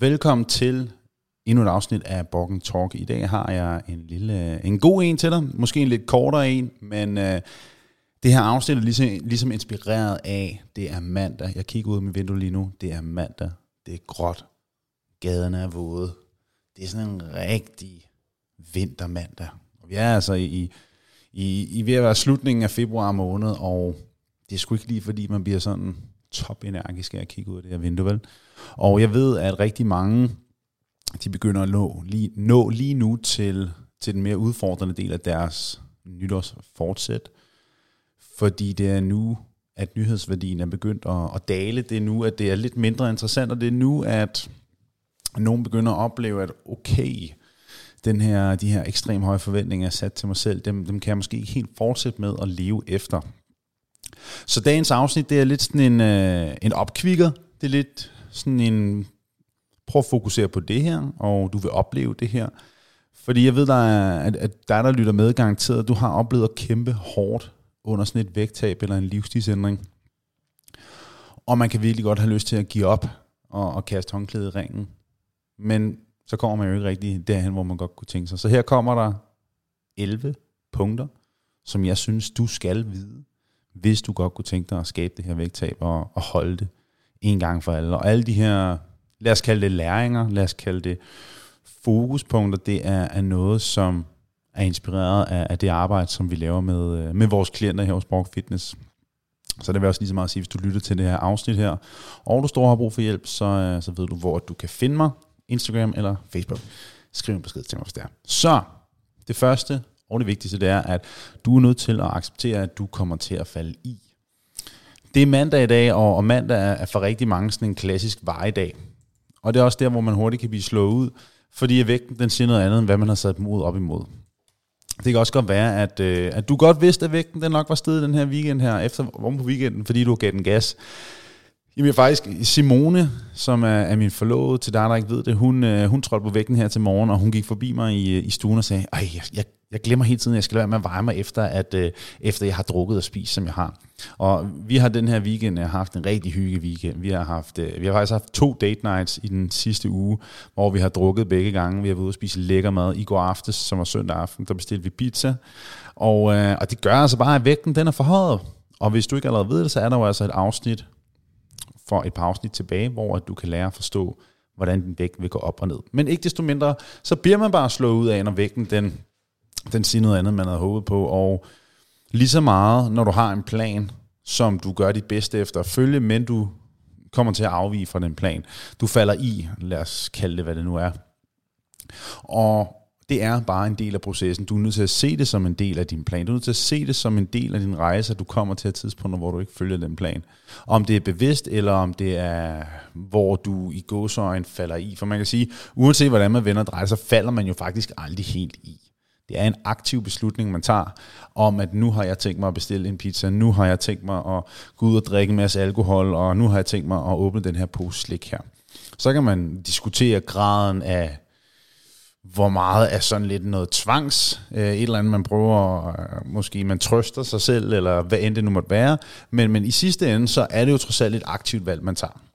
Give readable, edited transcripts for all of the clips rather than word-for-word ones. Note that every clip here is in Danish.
Velkommen til endnu et afsnit af Borgen Talk. I dag har jeg en god en til dig, måske en lidt kortere en, men det her afsnit er ligesom inspireret af, det er mandag. Jeg kigger ud af mit vindue lige nu, det er mandag, det er gråt, gaderne er våde. Det er sådan en rigtig vintermandag. Og vi er altså i ved at være slutningen af februar måned, og det er sgu ikke lige fordi man bliver sådan top-energisk af at kigge ud af det her vindue, vel? Og jeg ved, at rigtig mange, de begynder at nå lige nu til den mere udfordrende del af deres nytårsfortsæt. Fordi det er nu, at nyhedsværdien er begyndt at dale. Det er nu, at det er lidt mindre interessant, og det er nu, at nogen begynder at opleve, at okay, de her ekstremt høje forventninger, jeg sat til mig selv, dem kan jeg måske ikke helt fortsætte med at leve efter. Så dagens afsnit, det er lidt sådan en opkvikker. Det er lidt sådan en, prøv at fokusere på det her, og du vil opleve det her. Fordi jeg ved, at der lytter med garanteret, at du har oplevet at kæmpe hårdt under sådan et vægttab eller en livsstilsændring. Og man kan virkelig godt have lyst til at give op og kaste håndklædet i ringen. Men så kommer man jo ikke rigtig derhen, hvor man godt kunne tænke sig. Så her kommer der 11 punkter, som jeg synes, du skal vide, hvis du godt kunne tænke dig at skabe det her vægttab og holde det en gang for alle. Og alle de her, lad os kalde det læringer, lad os kalde det fokuspunkter, det er noget, som er inspireret af det arbejde, som vi laver med vores klienter her hos Borg Fitness. Så det vil også lige så meget sige, hvis du lytter til det her afsnit her, og du står og har brug for hjælp, så ved du, hvor du kan finde mig, Instagram eller Facebook. Skriv en besked til mig, hvis det er. Så det første og det vigtigste, det er, at du er nødt til at acceptere, at du kommer til at falde i. Det er mandag i dag, og mandag er for rigtig mange sådan en klassisk vejedag. Og det er også der, hvor man hurtigt kan blive slået ud, fordi vægten den siger noget andet, end hvad man har sat mod op imod. Det kan også godt være, at du godt vidste, at vægten den nok var steget den her weekend her, efter om på weekenden, fordi du gav den gas. Jamen faktisk, Simone, som er min forlovede, til dig, der ikke ved det, hun trådte på vægten her til morgen, og hun gik forbi mig i stuen og sagde, jeg glemmer hele tiden, at jeg skal lade være med at veje mig efter jeg har drukket og spist, som jeg har. Og vi har den her weekend haft en rigtig hygge weekend. Vi har faktisk haft 2 date nights i den sidste uge, hvor vi har drukket begge gange. Vi har været ude og spise lækker mad. I går aftes, som var søndag aften, der bestilte vi pizza. Og det gør altså bare, at vægten den er forhøjet. Og hvis du ikke allerede ved det, så er der jo altså et afsnit for et par afsnit tilbage, hvor du kan lære at forstå, hvordan din vægt vil gå op og ned. Men ikke desto mindre, så bliver man bare slået ud af, når vægten den siger noget andet, man havde håbet på. Og lige så meget, når du har en plan, som du gør dit bedste efter at følge, men du kommer til at afvige fra den plan. Du falder i, lad os kalde det, hvad det nu er. Og det er bare en del af processen. Du er nødt til at se det som en del af din plan. Du er nødt til at se det som en del af din rejse, at du kommer til et tidspunkt, hvor du ikke følger den plan. Om det er bevidst, eller om det er, hvor du i gåseøjne falder i. For man kan sige, uanset hvordan man vender og drejer, så falder man jo faktisk aldrig helt i. Det er en aktiv beslutning, man tager, om at nu har jeg tænkt mig at bestille en pizza, nu har jeg tænkt mig at gå ud og drikke en masse alkohol, og nu har jeg tænkt mig at åbne den her pose slik her. Så kan man diskutere graden af, hvor meget er sådan lidt noget tvangs, et eller andet man prøver, måske man trøster sig selv, eller hvad end det nu måtte være, men i sidste ende, så er det jo trods alt et aktivt valg, man tager.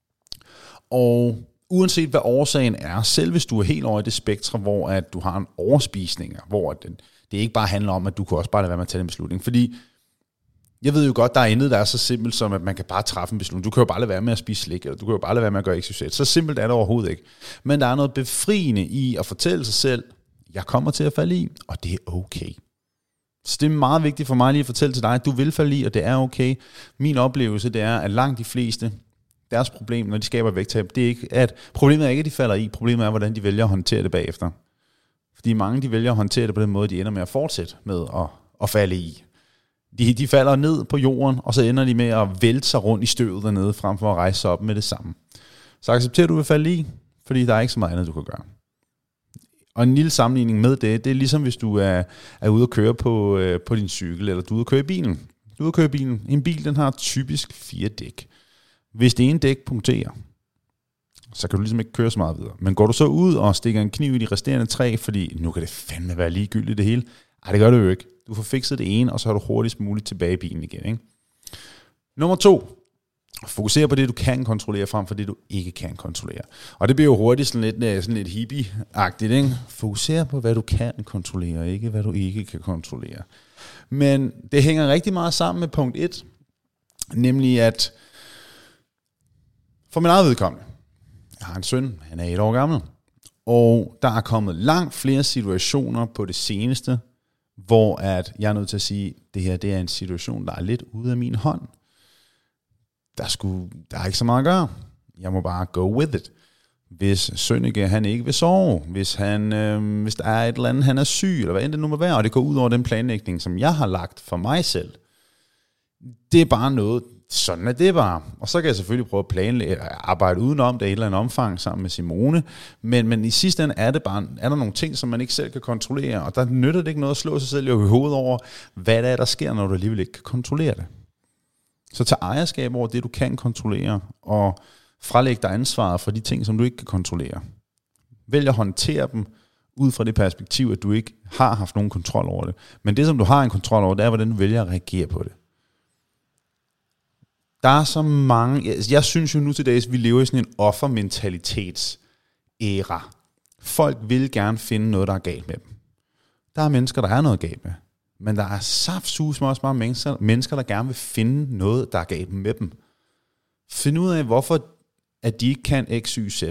Og uanset hvad årsagen er, selv hvis du er helt over i det spektrum, hvor at du har en overspisning, hvor det ikke bare handler om, at du kan også bare lade være med at tage en beslutning, fordi jeg ved jo godt, der er intet, der er så simpelt som, at man kan bare træffe en beslutning. Du kan jo bare lade være med at spise slik, eller du kan jo bare lade være med at gøre exercise. Så simpelt er det overhovedet ikke. Men der er noget befriende i at fortælle sig selv, jeg kommer til at falde i, og det er okay. Så det er meget vigtigt for mig lige at fortælle til dig, at du vil falde i, og det er okay. Min oplevelse, det er, at langt de fleste, deres problem, når de skaber vægttab, det er ikke, at problemet er ikke, at de falder i. Problemet er, hvordan de vælger at håndtere det bagefter. Fordi mange, de vælger at håndtere det på den måde, de ender med at fortsætte med at falde i. De falder ned på jorden, og så ender de med at vælte sig rundt i støvet dernede, frem for at rejse sig op med det samme. Så accepterer at du vil falde i, fordi der er ikke så meget andet, du kan gøre. Og en lille sammenligning med det er ligesom hvis du er ude at køre på din cykel, eller du er ude at køre i bilen. Du er ude at køre i bilen. En bil, den har typisk 4 dæk. Hvis det ene dæk punkterer, så kan du ligesom ikke køre så meget videre. Men går du så ud og stikker en kniv i de resterende 3, fordi nu kan det fandme være ligegyldigt det hele. Ej, det gør det jo ikke. Du får fikset det ene, og så er du hurtigst muligt tilbage i bilen igen. Ikke? Nummer 2. Fokuser på det, du kan kontrollere, frem for det, du ikke kan kontrollere. Og det bliver jo hurtigt sådan lidt hippie-agtigt, ikke? Fokuser på, hvad du kan kontrollere, ikke hvad du ikke kan kontrollere. Men det hænger rigtig meget sammen med punkt 1, nemlig at for min eget vedkommende, jeg har en søn, han er 1 år gammel, og der er kommet langt flere situationer på det seneste, hvor at jeg er nødt til at sige, det her det er en situation, der er lidt ude af min hånd. Der er ikke så meget at gøre. Jeg må bare go with it. Hvis Sønneke, han ikke vil sove, hvis der er et eller andet, han er syg, eller hvad end det nu må være, og det går ud over den planlægning, som jeg har lagt for mig selv, det er bare noget, sådan er det bare. Og så kan jeg selvfølgelig prøve at arbejde udenom det i et eller andet omfang sammen med Simone, men i sidste ende er der nogle ting, som man ikke selv kan kontrollere, og der nytter det ikke noget at slå sig selv i hovedet over, hvad der sker, når du alligevel ikke kan kontrollere det. Så tag ejerskab over det, du kan kontrollere, og frelæg dig ansvaret for de ting, som du ikke kan kontrollere. Vælg at håndtere dem ud fra det perspektiv, at du ikke har haft nogen kontrol over det. Men det, som du har en kontrol over, det er, hvordan du vælger at reagere på det. Der er så mange... Jeg synes jo nu til dags, vi lever i sådan en offermentalitets-æra. Folk vil gerne finde noget, der er galt med dem. Der er mennesker, der er noget galt med. Men der er saftsus med også mange mennesker, der gerne vil finde noget, der er galt med dem. Find ud af, hvorfor at de ikke kan X, Y, Z.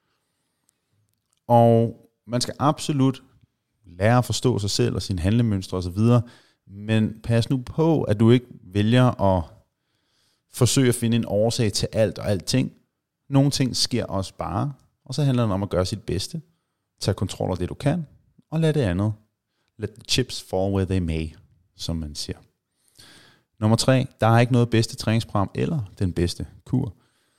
Og man skal absolut lære at forstå sig selv og sine handlemønstre osv., men pas nu på, at du ikke vælger at forsøge at finde en årsag til alt og alting. Nogle ting sker også bare, og så handler det om at gøre sit bedste. Tag kontrol over det, du kan, og lad det andet. Let the chips fall where they may, som man siger. Nummer 3, der er ikke noget bedste træningsprogram eller den bedste kur.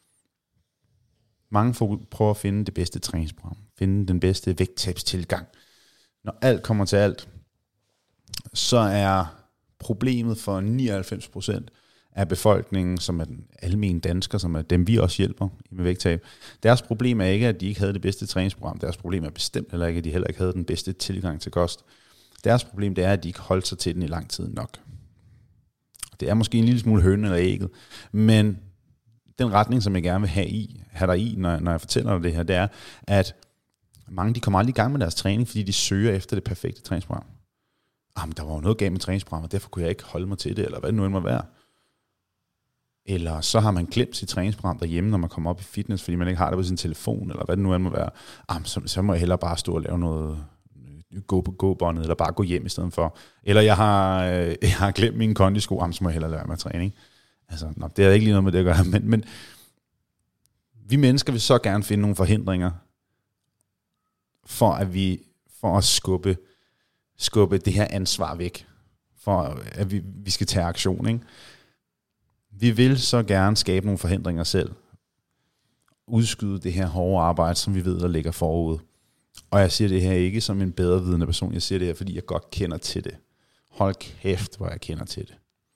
Mange prøver at finde det bedste træningsprogram, finde den bedste vægttabstilgang. Når alt kommer til alt, så er problemet for 99% af befolkningen, som er den almene dansker, som er dem, vi også hjælper med vægttab. Deres problem er ikke, at de ikke havde det bedste træningsprogram. Deres problem er bestemt heller ikke, at de heller ikke havde den bedste tilgang til kost. Deres problem det er, at de ikke holdt sig til den i lang tid nok. Det er måske en lille smule høne eller ægget, men den retning, som jeg gerne vil have dig i, når jeg fortæller dig det her, det er, at mange de kommer aldrig i gang med deres træning, fordi de søger efter det perfekte træningsprogram. Men der var jo noget galt med træningsprogrammet, derfor kunne jeg ikke holde mig til det, eller hvad det nu end må være. Eller så har man glemt sit træningsprogram derhjemme, når man kommer op i fitness, fordi man ikke har det på sin telefon, eller hvad det nu end må være. Så må jeg hellere bare stå og lave noget, gå på gåbåndet, eller bare gå hjem i stedet for. Eller jeg har glemt mine kondisko, så må jeg hellere lade mig træning. Altså, det er ikke lige noget med det at gøre, men vi mennesker vil så gerne finde nogle forhindringer, for at skubbe det her ansvar væk, for at vi skal tage aktion, ikke? Vi vil så gerne skabe nogle forhindringer selv, udskyde det her hårde arbejde, som vi ved, der ligger forud. Og jeg siger det her ikke som en bedre vidende person, jeg siger det her, fordi jeg godt kender til det. Hold kæft, hvor jeg kender til det.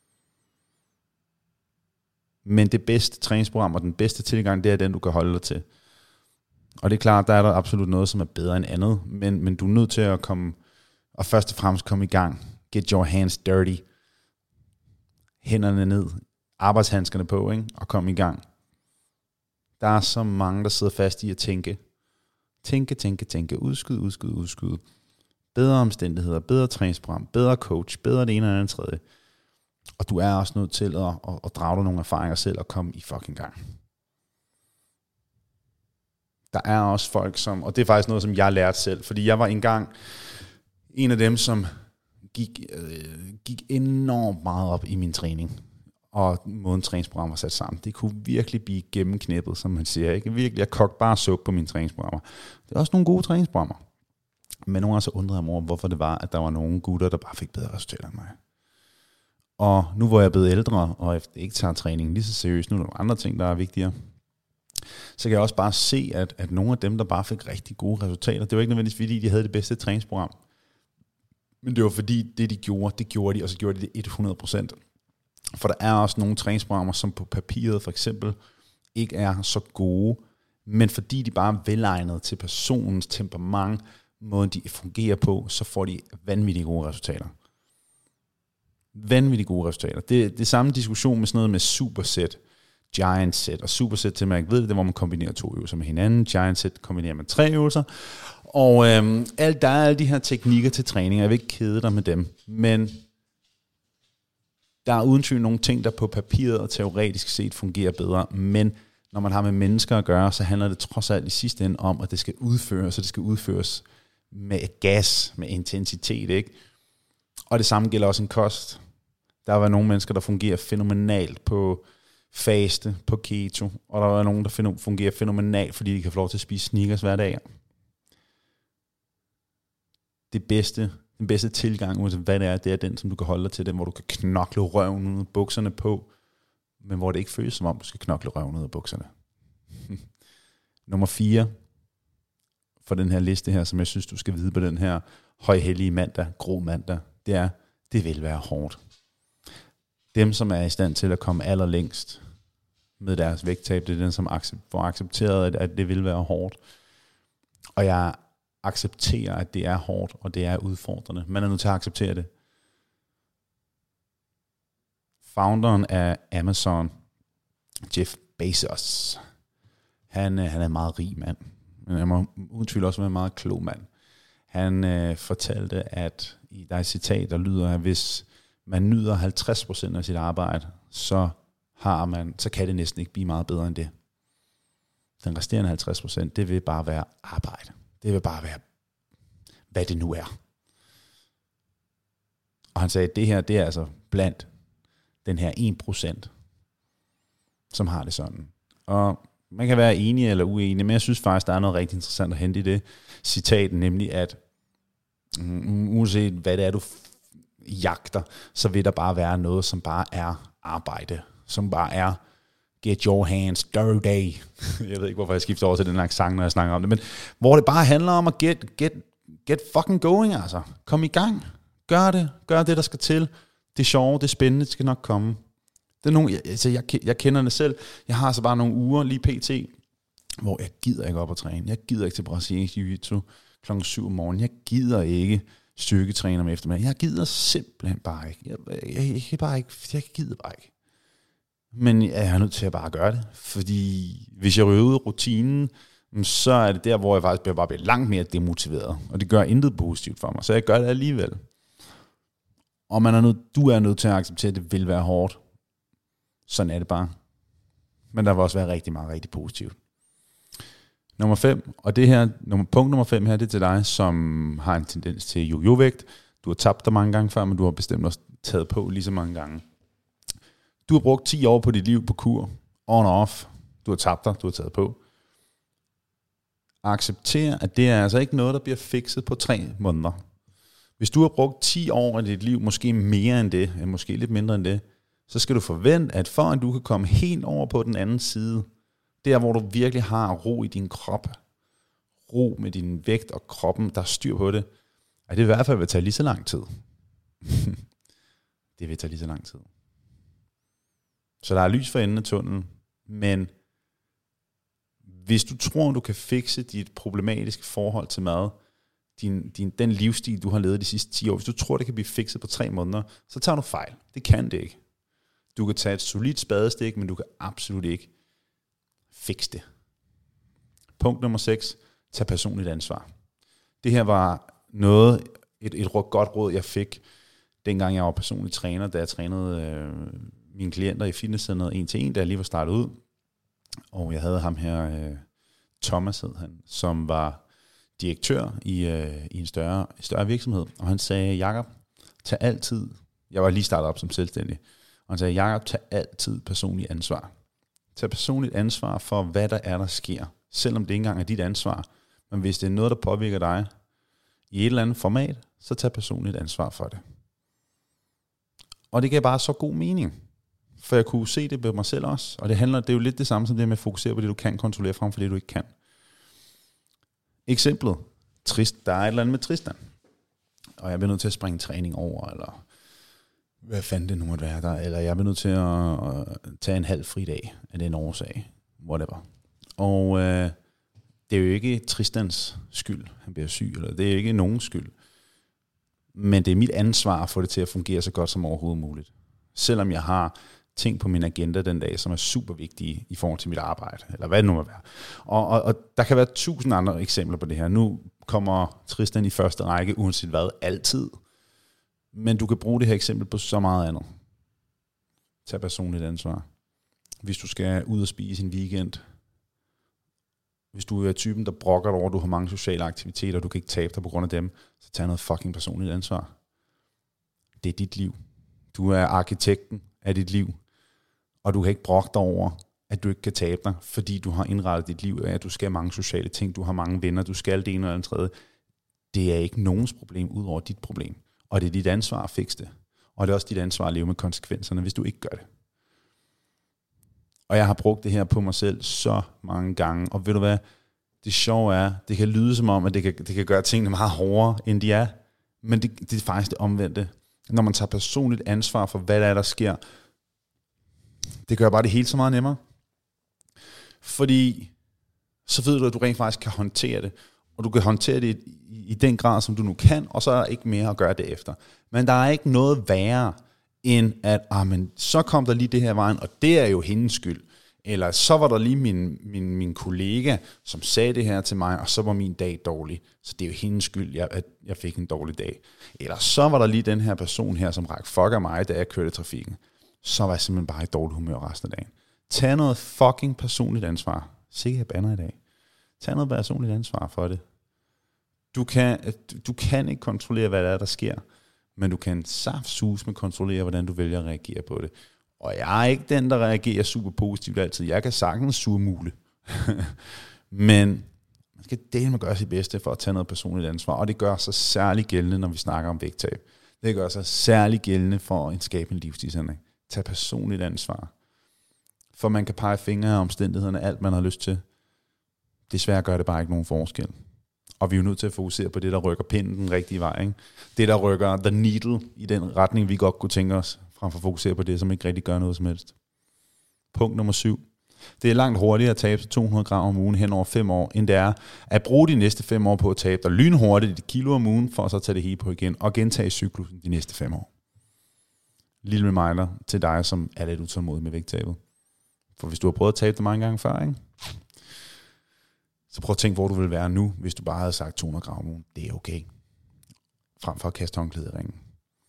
Men det bedste træningsprogram og den bedste tilgang, det er den, du kan holde dig til. Og det er klart, der er der absolut noget, som er bedre end andet, men du er nødt til at komme, og først og fremmest komme i gang. Get your hands dirty. Hænderne ned. Arbejdshandskerne på, ikke? Og komme i gang. Der er så mange, der sidder fast i at tænke. Tænke. Udskyd. Bedre omstændigheder, bedre træningsprogram, bedre coach, bedre det ene eller andet tredje. Og du er også nødt til at drage dig nogle erfaringer selv og komme i fucking gang. Der er også folk, og det er faktisk noget, som jeg lærte selv, fordi jeg var engang en af dem, som gik enormt meget op i min træning, og måden træningsprogram var sat sammen. Det kunne virkelig blive gennemknæppet, som man siger. Ikke? Virkelig, jeg kogte bare suk på mine træningsprogrammer. Det er også nogle gode træningsprogrammer. Men nogle gange så undrede jeg mig over, hvorfor det var, at der var nogle gutter, der bare fik bedre resultater end mig. Og nu hvor jeg er blevet ældre, og ikke tager træningen lige så seriøst, nu er der nogle andre ting, der er vigtigere, så kan jeg også bare se, at nogle af dem, der bare fik rigtig gode resultater, det var ikke nødvendigvis, fordi de havde det bedste træningsprogram. Men det var fordi, det gjorde de, og så gjorde de det 100%. For der er også nogle træningsprogrammer, som på papiret for eksempel ikke er så gode, men fordi de bare er velegnet til personens temperament, måden de fungerer på, så får de vanvittigt gode resultater. Vanvittigt gode resultater. Det er samme diskussion med sådan noget med supersæt. giant set og superset, til man ikke ved det, hvor man kombinerer 2 øvelser med hinanden. Giant set kombinerer man 3 øvelser. Og der er alle de her teknikker til træning, jeg vil ikke kede dig med dem, men der er uden tvivl nogle ting, der på papiret og teoretisk set fungerer bedre, men når man har med mennesker at gøre, så handler det trods alt i sidste ende om, at det skal udføres, og det skal udføres med gas, med intensitet, ikke? Og det samme gælder også en kost. Der var nogle mennesker, der fungerer fænomenalt på faste, på keto, og der var nogen, der fungerer fænomenalt, fordi de kan få lov til at spise Snickers hver dag. Den bedste tilgang, uanset hvad det er den, som du kan holde dig til, den, hvor du kan knokle røven ud af bukserne på, men hvor det ikke føles som om, du skal knokle røven ud af bukserne. Nummer 4 for den her liste her, som jeg synes, du skal vide på den her højhellige mandag, grå mandag, det vil være hårdt. Dem, som er i stand til at komme allerlængst med deres vægttab, det er den, som får accepteret, at det vil være hårdt. Og jeg accepterer, at det er hårdt, og det er udfordrende. Man er nødt til at acceptere det. Founderen af Amazon, Jeff Bezos, han er en meget rig mand. Han må uden tvivl også være en meget klog mand. Han fortalte, at der er et citat, der lyder, at hvis man nyder 50% af sit arbejde, så kan det næsten ikke blive meget bedre end det. Den resterende 50%, det vil bare være arbejde. Det vil bare være, hvad det nu er. Og han sagde, at det her, det er altså blandt den her 1%, som har det sådan. Og man kan være enig eller uenig, men jeg synes faktisk, der er noget rigtig interessant at hente i det citat, nemlig at uanset hvad det er, du jagter, så vil der bare være noget, som bare er arbejde, som bare er get your hands dirty. Jeg ved ikke, hvorfor jeg skifter over til den accent, når jeg snakker om det, men hvor det bare handler om at get fucking going, altså. Kom i gang. Gør det, der skal til. Det er sjovt, det er spændende, det skal nok komme. Det er nogle, altså jeg kender det selv. Jeg har så bare nogle uger lige pt, hvor jeg gider ikke op at træne. Jeg gider ikke til brasiliansk jiu-jitsu klokken 7 om morgenen. Jeg gider ikke styrketræne om eftermiddagen. Jeg gider simpelthen bare ikke. Jeg gider bare ikke. Men jeg er nødt til at bare gøre det, fordi hvis jeg ryger ud af rutinen, så er det der, hvor jeg faktisk bliver langt mere demotiveret, og det gør intet positivt for mig, så jeg gør det alligevel. Og du er nødt til at acceptere, at det vil være hårdt. Sådan er det bare. Men der vil også være rigtig meget rigtig positivt. Nummer 5, og det her, punkt nummer 5 her, det er til dig, som har en tendens til jojo-vægt. Du har tabt dig mange gange før, men du har bestemt også taget på lige så mange gange. Du har brugt 10 år på dit liv på kur, on og off. Du har tabt dig, du har taget på. Accepter, at det er altså ikke noget, der bliver fikset på 3 måneder. Hvis du har brugt 10 år af dit liv, måske mere end det, eller måske lidt mindre end det, så skal du forvente, at for at du kan komme helt over på den anden side, der hvor du virkelig har ro i din krop, ro med din vægt og kroppen, der er styr på det, at det i hvert fald vil tage lige så lang tid. Det vil tage lige så lang tid. Så der er lys for enden af tunnelen, men hvis du tror, du kan fikse dit problematiske forhold til mad, den livsstil, du har levet de sidste 10 år, hvis du tror, det kan blive fikset på 3 måneder, så tager du fejl. Det kan det ikke. Du kan tage et solidt spadestik, men du kan absolut ikke fikse det. Punkt nummer 6. Tag personligt ansvar. Det her var et godt råd, jeg fik, dengang jeg var personlig træner, da jeg trænede mine klienter i fitnesscenteret 1-1, da jeg lige var startet ud. Og jeg havde ham her, Thomas hed han, som var direktør i en større virksomhed. Og han sagde, Jakob, tag altid, jeg var lige startet op som selvstændig, og han sagde, Jakob, tag altid personligt ansvar. Tag personligt ansvar for, hvad der sker, selvom det ikke engang er dit ansvar. Men hvis det er noget, der påvirker dig i et eller andet format, så tag personligt ansvar for det. Og det gav bare så god mening. For jeg kunne se det på mig selv også. Og det er jo lidt det samme som det med at fokusere på det, du kan kontrollere frem for det, du ikke kan. Eksemplet. Der er et eller andet med Tristan. Og jeg bliver nødt til at springe træning over, eller hvad fanden det nu måtte være der. Eller jeg bliver nødt til at tage en halv fri dag af den årsag. Whatever. Og det er jo ikke Tristans skyld, han bliver syg. Eller det er ikke nogens skyld. Men det er mit ansvar at få det til at fungere så godt som overhovedet muligt. Selvom jeg har ting på min agenda den dag, som er super vigtige i forhold til mit arbejde, eller hvad det nu må være. Og der kan være 1000 andre eksempler på det her. Nu kommer Tristan i første række, uanset hvad, altid. Men du kan bruge det her eksempel på så meget andet. Tag personligt ansvar. Hvis du skal ud og spise en weekend, hvis du er typen, der brokker dig over, at du har mange sociale aktiviteter, og du kan ikke tabe dig på grund af dem, så tag noget fucking personligt ansvar. Det er dit liv. Du er arkitekten af dit liv, og du kan ikke brokke dig over, at du ikke kan tabe dig, fordi du har indrettet dit liv af, at du skal mange sociale ting, du har mange venner, du skal det ene eller andet tredje. Det er ikke nogens problem, ud over dit problem. Og det er dit ansvar at fikse det. Og det er også dit ansvar at leve med konsekvenserne, hvis du ikke gør det. Og jeg har brugt det her på mig selv så mange gange. Og ved du hvad? Det sjove er, det kan lyde som om, at det kan gøre tingene meget hårdere, end de er. Men det er faktisk det omvendte. Når man tager personligt ansvar for, hvad der sker, det gør bare det hele så meget nemmere. Fordi så ved du, at du rent faktisk kan håndtere det. Og du kan håndtere det i den grad, som du nu kan, og så er der ikke mere at gøre det efter. Men der er ikke noget værre, end at men så kom der lige det her vejen, og det er jo hendes skyld. Eller så var der lige min kollega, som sagde det her til mig, og så var min dag dårlig. Så det er jo hendes skyld, at jeg fik en dårlig dag. Eller så var der lige den her person her, som rak fuck af mig, da jeg kørte i trafikken. Så var jeg simpelthen bare i dårlig humør resten af dagen. Tag noget fucking personligt ansvar. Sikke jeg bander i dag. Tag noget personligt ansvar for det. Du kan ikke kontrollere, hvad der sker, men du kan saftsus med kontrollere, hvordan du vælger at reagere på det. Og jeg er ikke den, der reagerer super positivt altid. Jeg kan sagtens surmule. Men man skal dele med at gøre sit bedste for at tage noget personligt ansvar, og det gør sig særligt gældende, når vi snakker om vægttab. Det gør sig særligt gældende for at skabe en livsstilsændring. Tag personligt ansvar. For man kan pege fingre af omstændighederne, alt man har lyst til. Desværre gør det bare ikke nogen forskel. Og vi er jo nødt til at fokusere på det, der rykker pinden den rigtige vej. Ikke? Det, der rykker the needle i den retning, vi godt kunne tænke os, frem for at fokusere på det, som ikke rigtig gør noget som helst. Punkt nummer 7. Det er langt hurtigere at tabe sig 200 gram om ugen hen over 5 år, end det er at bruge de næste 5 år på at tabe dig lynhurtigt et kilo om ugen, for så at tage det hele på igen, og gentage cyklusen de næste 5 år. Lille reminder til dig, som er lidt utålmodig med vægttabet. For hvis du har prøvet at tabe dig mange gange før, ikke? Så prøv at tænke, hvor du vil være nu, hvis du bare havde sagt 200 gram om ugen. Det er okay. Frem for at kaste håndklædet i ringen.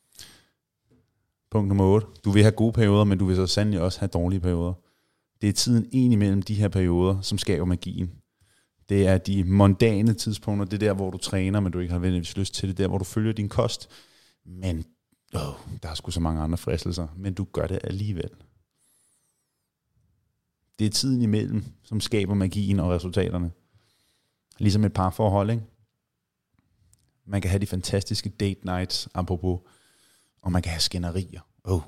Punkt nummer 8. Du vil have gode perioder, men du vil så sandelig også have dårlige perioder. Det er tiden imellem de her perioder, som skaber magien. Det er de mondane tidspunkter. Det er der, hvor du træner, men du ikke har venligvis lyst til det. Der, hvor du følger din kost. Men der er sgu så mange andre fristelser. Men du gør det alligevel. Det er tiden imellem, som skaber magien og resultaterne. Ligesom et parforhold, ikke? Man kan have de fantastiske date nights, apropos, og man kan have skænderier.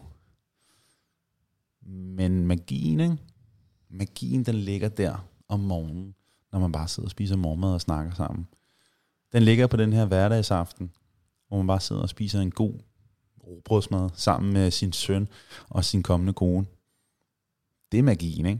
Men magien, ikke? Magien, den ligger der om morgenen, når man bare sidder og spiser morgenmad og snakker sammen. Den ligger på den her hverdagsaften, hvor man bare sidder og spiser en god rugbrødsmad sammen med sin søn og sin kommende kone. Det er magien, ikke?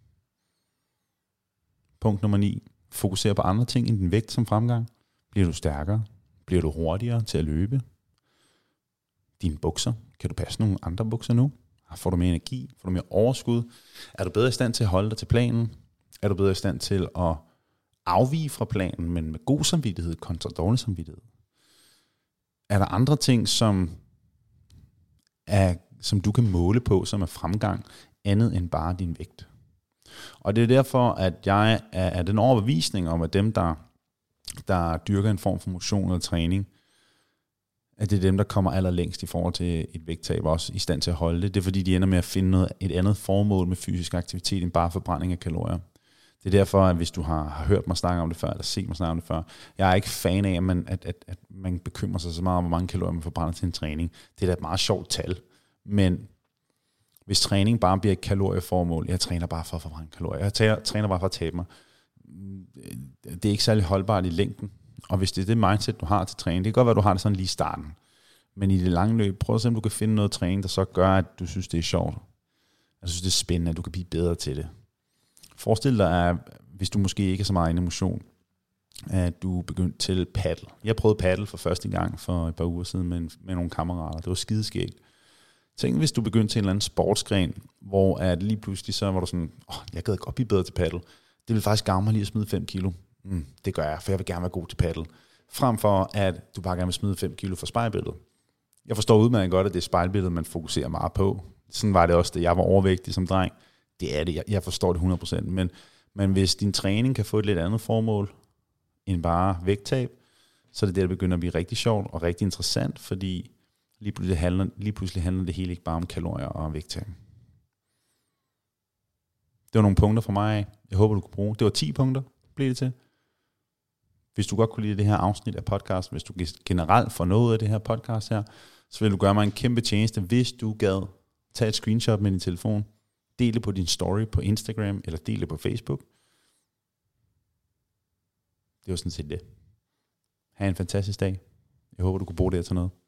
Punkt nummer 9. Fokuser på andre ting end din vægt som fremgang. Bliver du stærkere? Bliver du hurtigere til at løbe? Dine bukser. Kan du passe nogle andre bukser nu? Får du mere energi? Får du mere overskud? Er du bedre i stand til at holde dig til planen? Er du bedre i stand til at afvige fra planen, men med god samvittighed kontra dårlig samvittighed? Er der andre ting, som du kan måle på, som er fremgang, andet end bare din vægt? Og det er derfor, at jeg er den overbevisning om, at dem, der dyrker en form for motion eller træning, at det er dem, der kommer allerlængst i forhold til et vægttab, også i stand til at holde det. Det er fordi, de ender med at finde et andet formål med fysisk aktivitet, end bare forbrænding af kalorier. Det er derfor, at hvis du har hørt mig snakke om det før, eller set mig snakke om det før, jeg er ikke fan af, at man bekymrer sig så meget om, hvor mange kalorier man forbrænder til en træning. Det er da et meget sjovt tal. Men hvis træning bare bliver et kalorieformål, jeg træner bare for at forbrænde kalorier, jeg træner bare for at tabe mig, det er ikke særlig holdbart i længden. Og hvis det er det mindset, du har til træning, det kan godt være, at du har det sådan lige i starten. Men i det lange løb, prøv at se, om du kan finde noget træning, der så gør, at du synes, det er sjovt. Jeg synes, det er spændende, at du kan blive bedre til det. Forestil dig, at hvis du måske ikke er så meget inde i motion, at du er begyndt til paddle. Jeg prøvede paddle for første gang for et par uger siden med nogle kammerater. Det var skideskægt. Tænk, hvis du begyndte til en eller anden sportsgren, hvor at lige pludselig så var du sådan, jeg gad godt blive bedre til paddle. Det vil faktisk gavne mig lige at smide 5 kilo. Det gør jeg, for jeg vil gerne være god til paddle. Frem for, at du bare gerne vil smide 5 kilo for spejlbilledet. Jeg forstår udmærket godt, at det er spejlbilledet, man fokuserer meget på. Sådan var det også, da jeg var overvægtig som dreng. Det er det, jeg forstår det 100%. Men hvis din træning kan få et lidt andet formål, end bare vægttab, så er det det, der begynder at blive rigtig sjovt og rigtig interessant, fordi lige pludselig handler det hele ikke bare om kalorier og vægttab. Det var nogle punkter fra mig. Jeg håber, du kunne bruge. Det var 10 punkter, blev det til. Hvis du godt kunne lide det her afsnit af podcast, hvis du generelt får noget af det her podcast her, så vil du gøre mig en kæmpe tjeneste, hvis du gad tage et screenshot med din telefon, del det på din story på Instagram, eller del det på Facebook. Det var sådan set det. Ha' en fantastisk dag. Jeg håber, du kunne bruge det her til noget.